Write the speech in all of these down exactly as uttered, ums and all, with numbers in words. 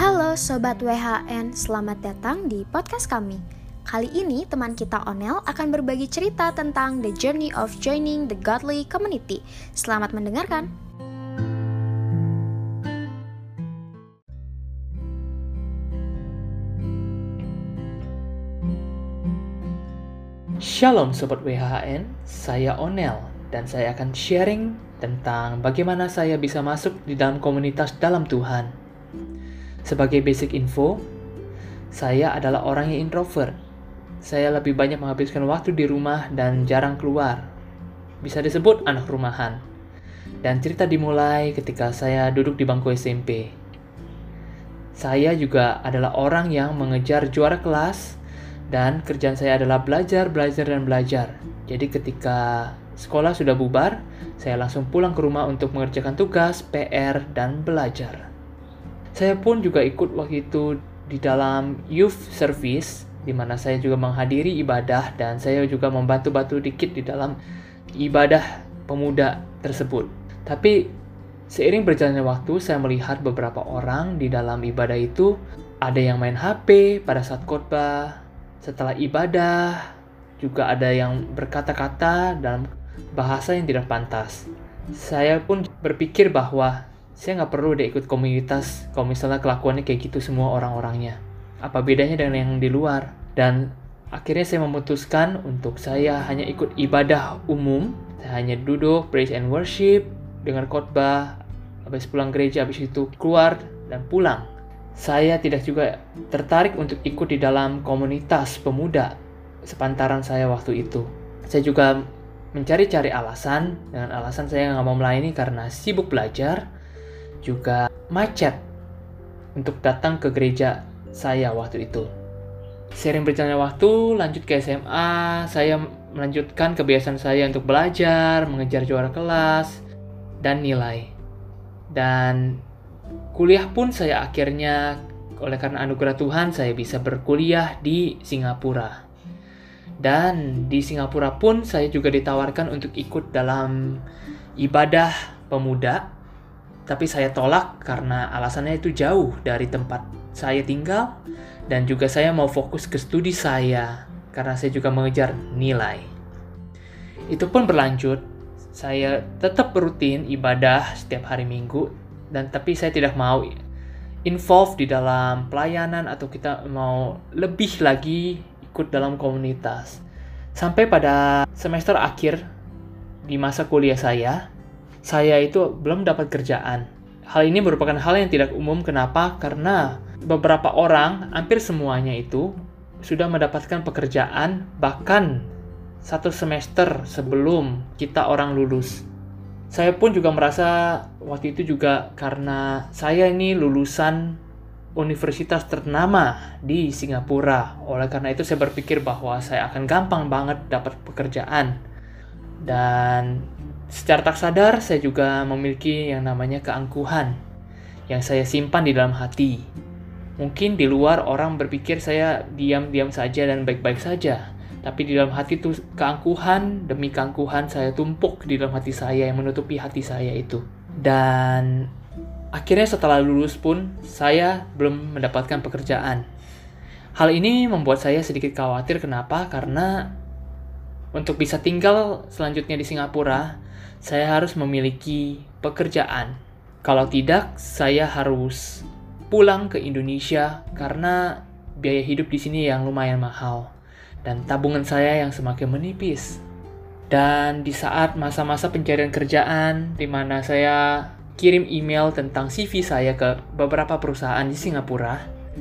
Halo Sobat W H N, selamat datang di podcast kami. Kali ini teman kita Onel akan berbagi cerita tentang the journey of joining the godly community. Selamat mendengarkan. Shalom Sobat W H N, saya Onel dan saya akan sharing tentang bagaimana saya bisa masuk di dalam komunitas dalam Tuhan. Sebagai basic info, saya adalah orang yang introvert. Saya lebih banyak menghabiskan waktu di rumah dan jarang keluar. Bisa disebut anak rumahan. Dan cerita dimulai ketika saya duduk di bangku S M P. Saya juga adalah orang yang mengejar juara kelas dan kerjaan saya adalah belajar, belajar, dan belajar. Jadi ketika sekolah sudah bubar, saya langsung pulang ke rumah untuk mengerjakan tugas, P R, dan belajar. Saya pun juga ikut waktu itu di dalam youth service, di mana saya juga menghadiri ibadah dan saya juga membantu-bantu dikit di dalam ibadah pemuda tersebut. Tapi seiring berjalannya waktu, saya melihat beberapa orang di dalam ibadah itu ada yang main H P pada saat khotbah, setelah ibadah, juga ada yang berkata-kata dalam bahasa yang tidak pantas. Saya pun berpikir bahwa saya nggak perlu deh ikut komunitas kalau misalnya kelakuannya kayak gitu semua orang-orangnya. Apa bedanya dengan yang di luar? Dan akhirnya saya memutuskan untuk saya hanya ikut ibadah umum. Saya hanya duduk, praise and worship, dengar khotbah, habis pulang gereja, habis itu keluar dan pulang. Saya tidak juga tertarik untuk ikut di dalam komunitas pemuda sepantaran saya waktu itu. Saya juga mencari-cari alasan, dengan alasan saya nggak mau melayani karena sibuk belajar, juga macet untuk datang ke gereja saya waktu itu. Sering berjalannya waktu, lanjut ke S M A, saya melanjutkan kebiasaan saya untuk belajar, mengejar juara kelas, dan nilai. Dan kuliah pun saya akhirnya, oleh karena anugerah Tuhan, saya bisa berkuliah di Singapura. Dan di Singapura pun saya juga ditawarkan untuk ikut dalam ibadah pemuda. Tapi saya tolak karena alasannya itu jauh dari tempat saya tinggal. Dan juga saya mau fokus ke studi saya karena saya juga mengejar nilai. Itu pun berlanjut. Saya tetap rutin ibadah setiap hari Minggu. Dan tapi saya tidak mau involve di dalam pelayanan atau kita mau lebih lagi ikut dalam komunitas. Sampai pada semester akhir di masa kuliah saya, saya itu belum dapat kerjaan. Hal ini merupakan hal yang tidak umum. Kenapa? Karena beberapa orang, hampir semuanya itu, sudah mendapatkan pekerjaan bahkan satu semester sebelum kita orang lulus. Saya pun juga merasa waktu itu juga karena saya ini lulusan universitas ternama di Singapura. Oleh karena itu saya berpikir bahwa saya akan gampang banget dapat pekerjaan. Dan secara tak sadar, saya juga memiliki yang namanya keangkuhan yang saya simpan di dalam hati. Mungkin di luar orang berpikir saya diam-diam saja dan baik-baik saja. Tapi di dalam hati itu keangkuhan demi keangkuhan saya tumpuk di dalam hati saya yang menutupi hati saya itu. Dan akhirnya setelah lulus pun saya belum mendapatkan pekerjaan. Hal ini membuat saya sedikit khawatir. Kenapa? Karena untuk bisa tinggal selanjutnya di Singapura, saya harus memiliki pekerjaan. Kalau tidak, saya harus pulang ke Indonesia karena biaya hidup di sini yang lumayan mahal dan tabungan saya yang semakin menipis. Dan di saat masa-masa pencarian kerjaan, di mana saya kirim email tentang C V saya ke beberapa perusahaan di Singapura,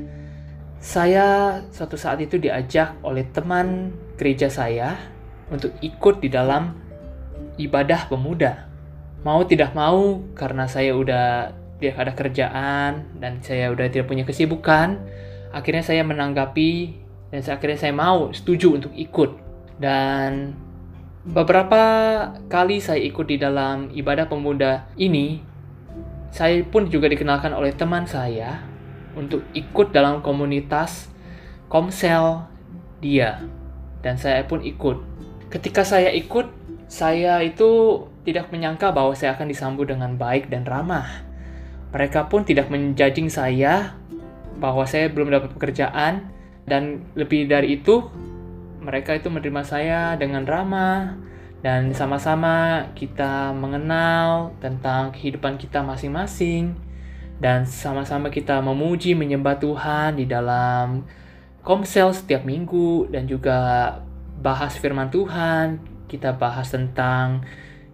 saya suatu saat itu diajak oleh teman gereja saya untuk ikut di dalam ibadah pemuda. Mau tidak mau, karena saya udah tidak ada kerjaan dan saya udah tidak punya kesibukan, akhirnya saya menanggapi dan akhirnya saya mau setuju untuk ikut. Dan beberapa kali saya ikut di dalam ibadah pemuda ini, saya pun juga dikenalkan oleh teman saya untuk ikut dalam komunitas Komsel dia. Dan saya pun ikut. Ketika saya ikut, saya itu tidak menyangka bahwa saya akan disambut dengan baik dan ramah. Mereka pun tidak menjudging saya bahwa saya belum dapat pekerjaan, dan lebih dari itu mereka itu menerima saya dengan ramah dan sama-sama kita mengenal tentang kehidupan kita masing-masing dan sama-sama kita memuji menyembah Tuhan di dalam komsel setiap minggu dan juga bahas firman Tuhan. Kita bahas tentang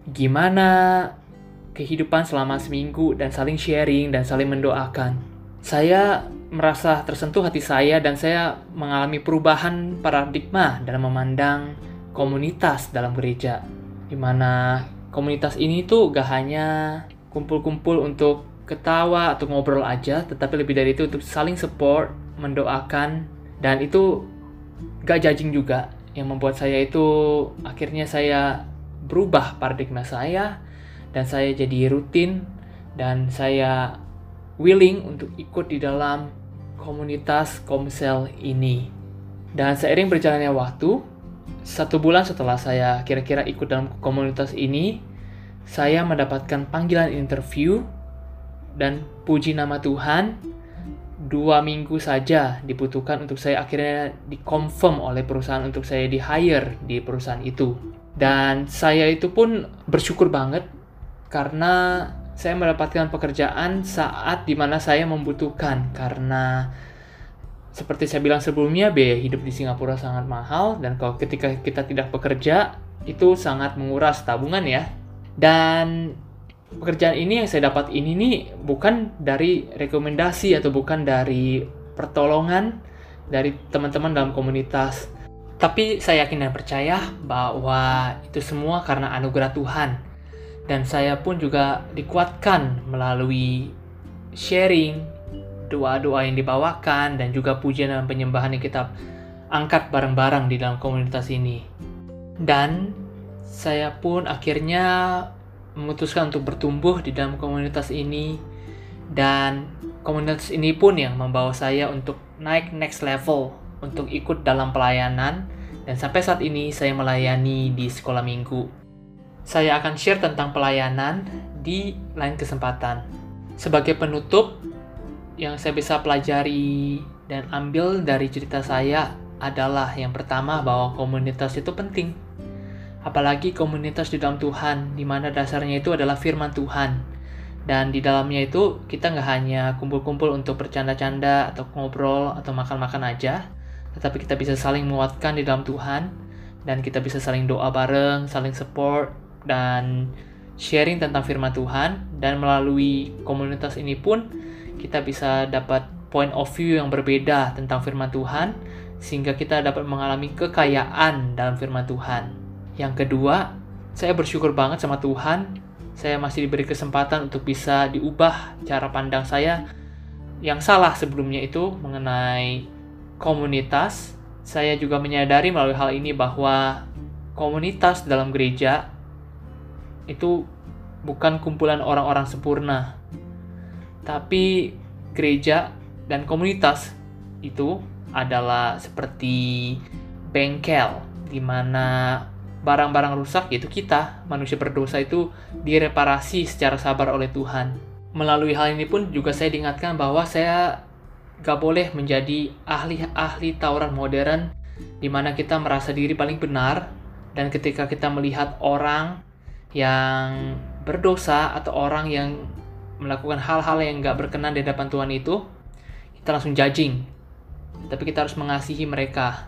gimana kehidupan selama seminggu dan saling sharing dan saling mendoakan. Saya merasa tersentuh hati saya dan saya mengalami perubahan paradigma dalam memandang komunitas dalam gereja. Di mana komunitas ini tuh gak hanya kumpul-kumpul untuk ketawa atau ngobrol aja, tetapi lebih dari itu untuk saling support, mendoakan, dan itu gak judging juga. Yang membuat saya itu akhirnya saya berubah paradigma saya dan saya jadi rutin dan saya willing untuk ikut di dalam komunitas komsel ini. Dan seiring berjalannya waktu, satu bulan setelah saya kira-kira ikut dalam komunitas ini, saya mendapatkan panggilan interview dan puji nama Tuhan, dua minggu saja dibutuhkan untuk saya akhirnya di-confirm oleh perusahaan untuk saya di-hire di perusahaan itu. Dan saya itu pun bersyukur banget karena saya mendapatkan pekerjaan saat dimana saya membutuhkan. Karena seperti saya bilang sebelumnya, biaya hidup di Singapura sangat mahal dan kalau ketika kita tidak bekerja itu sangat menguras tabungan ya. Dan pekerjaan ini yang saya dapat ini nih bukan dari rekomendasi atau bukan dari pertolongan dari teman-teman dalam komunitas. Tapi saya yakin dan percaya bahwa itu semua karena anugerah Tuhan. Dan saya pun juga dikuatkan melalui sharing, doa-doa yang dibawakan, dan juga pujian dan penyembahan yang kita angkat bareng-bareng di dalam komunitas ini. Dan saya pun akhirnya memutuskan untuk bertumbuh di dalam komunitas ini, dan komunitas ini pun yang membawa saya untuk naik next level, untuk ikut dalam pelayanan, dan sampai saat ini saya melayani di sekolah minggu. Saya akan share tentang pelayanan di lain kesempatan. Sebagai penutup, yang saya bisa pelajari dan ambil dari cerita saya adalah yang pertama bahwa komunitas itu penting. Apalagi komunitas di dalam Tuhan, di mana dasarnya itu adalah firman Tuhan. Dan di dalamnya itu kita nggak hanya kumpul-kumpul untuk bercanda-canda atau ngobrol atau makan-makan aja, tetapi kita bisa saling menguatkan di dalam Tuhan, dan kita bisa saling doa bareng, saling support, dan sharing tentang firman Tuhan. Dan melalui komunitas ini pun kita bisa dapat point of view yang berbeda tentang firman Tuhan, sehingga kita dapat mengalami kekayaan dalam firman Tuhan. Yang kedua, saya bersyukur banget sama Tuhan, saya masih diberi kesempatan untuk bisa diubah cara pandang saya yang salah sebelumnya itu mengenai komunitas. Saya juga menyadari melalui hal ini bahwa komunitas dalam gereja itu bukan kumpulan orang-orang sempurna, tapi gereja dan komunitas itu adalah seperti bengkel di mana barang-barang rusak, yaitu kita, manusia berdosa itu direparasi secara sabar oleh Tuhan. Melalui hal ini pun juga saya diingatkan bahwa saya gak boleh menjadi ahli-ahli Taurat modern di mana kita merasa diri paling benar, dan ketika kita melihat orang yang berdosa atau orang yang melakukan hal-hal yang gak berkenan di hadapan Tuhan itu, kita langsung judging. Tapi kita harus mengasihi mereka.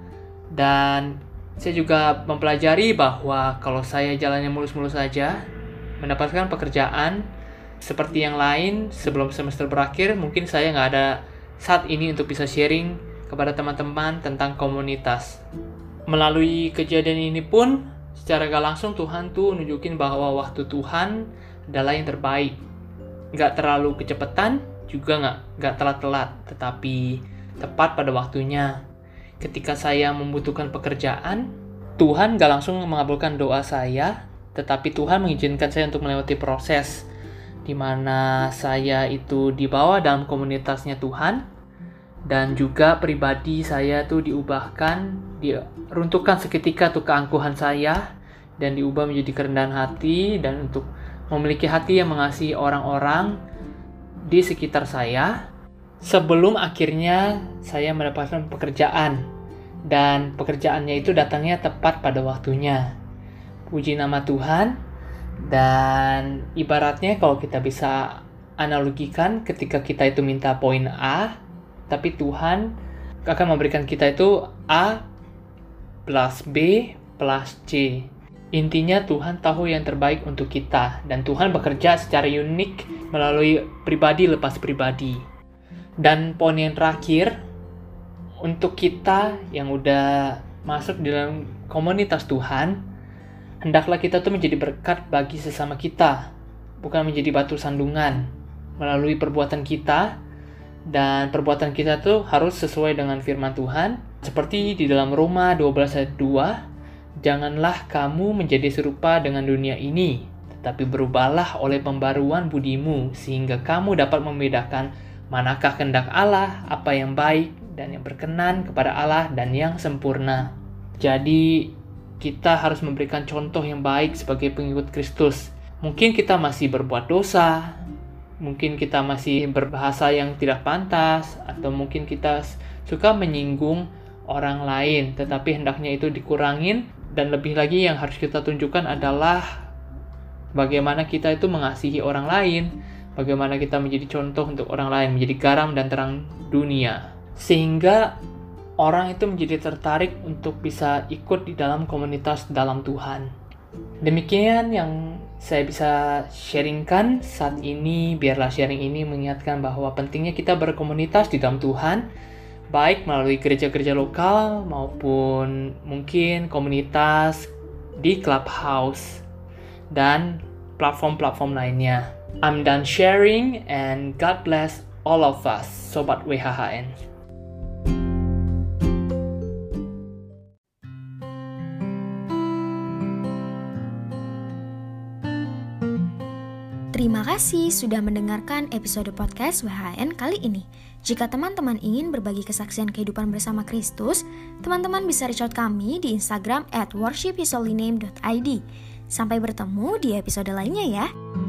Dan saya juga mempelajari bahwa kalau saya jalannya mulus-mulus saja, mendapatkan pekerjaan seperti yang lain sebelum semester berakhir, mungkin saya nggak ada saat ini untuk bisa sharing kepada teman-teman tentang komunitas. Melalui kejadian ini pun, secara gak langsung Tuhan tuh nunjukin bahwa waktu Tuhan adalah yang terbaik. Nggak terlalu kecepatan, juga nggak, nggak telat-telat, tetapi tepat pada waktunya. Ketika saya membutuhkan pekerjaan, Tuhan gak langsung mengabulkan doa saya, tetapi Tuhan mengizinkan saya untuk melewati proses di mana saya itu dibawa dalam komunitasnya Tuhan, dan juga pribadi saya tuh diubahkan, diruntuhkan seketika tuh keangkuhan saya, dan diubah menjadi kerendahan hati, dan untuk memiliki hati yang mengasihi orang-orang di sekitar saya. sebelum akhirnya saya mendapatkan pekerjaan. Dan pekerjaannya itu datangnya tepat pada waktunya. Puji nama Tuhan. Dan ibaratnya kalau kita bisa analogikan, ketika kita itu minta poin A, tapi Tuhan akan memberikan kita itu A plus B plus C. Intinya Tuhan tahu yang terbaik untuk kita, dan Tuhan bekerja secara unik melalui pribadi lepas pribadi. Dan poin yang terakhir, untuk kita yang udah masuk di dalam komunitas Tuhan, hendaklah kita tuh menjadi berkat bagi sesama kita, bukan menjadi batu sandungan melalui perbuatan kita. Dan perbuatan kita tuh harus sesuai dengan firman Tuhan, seperti di dalam Roma dua belas ayat dua, janganlah kamu menjadi serupa dengan dunia ini, tetapi berubahlah oleh pembaruan budimu, sehingga kamu dapat membedakan manakah kehendak Allah, apa yang baik dan yang berkenan kepada Allah dan yang sempurna. Jadi kita harus memberikan contoh yang baik sebagai pengikut Kristus. Mungkin kita masih berbuat dosa, mungkin kita masih berbahasa yang tidak pantas, atau mungkin kita suka menyinggung orang lain, tetapi hendaknya itu dikurangin. Dan lebih lagi yang harus kita tunjukkan adalah bagaimana kita itu mengasihi orang lain, bagaimana kita menjadi contoh untuk orang lain, menjadi garam dan terang dunia, sehingga orang itu menjadi tertarik untuk bisa ikut di dalam komunitas dalam Tuhan. Demikian yang saya bisa sharingkan saat ini. Biarlah sharing ini mengingatkan bahwa pentingnya kita berkomunitas di dalam Tuhan, baik melalui gereja-gereja lokal maupun mungkin komunitas di Clubhouse dan platform-platform lainnya. I'm done sharing, and God bless all of us, Sobat W H H N. Terima kasih sudah mendengarkan episode podcast W H N kali ini. Jika teman-teman ingin berbagi kesaksian kehidupan bersama Kristus, teman-teman bisa reach out kami di Instagram at worship his holy name dot i d. Sampai bertemu di episode lainnya ya.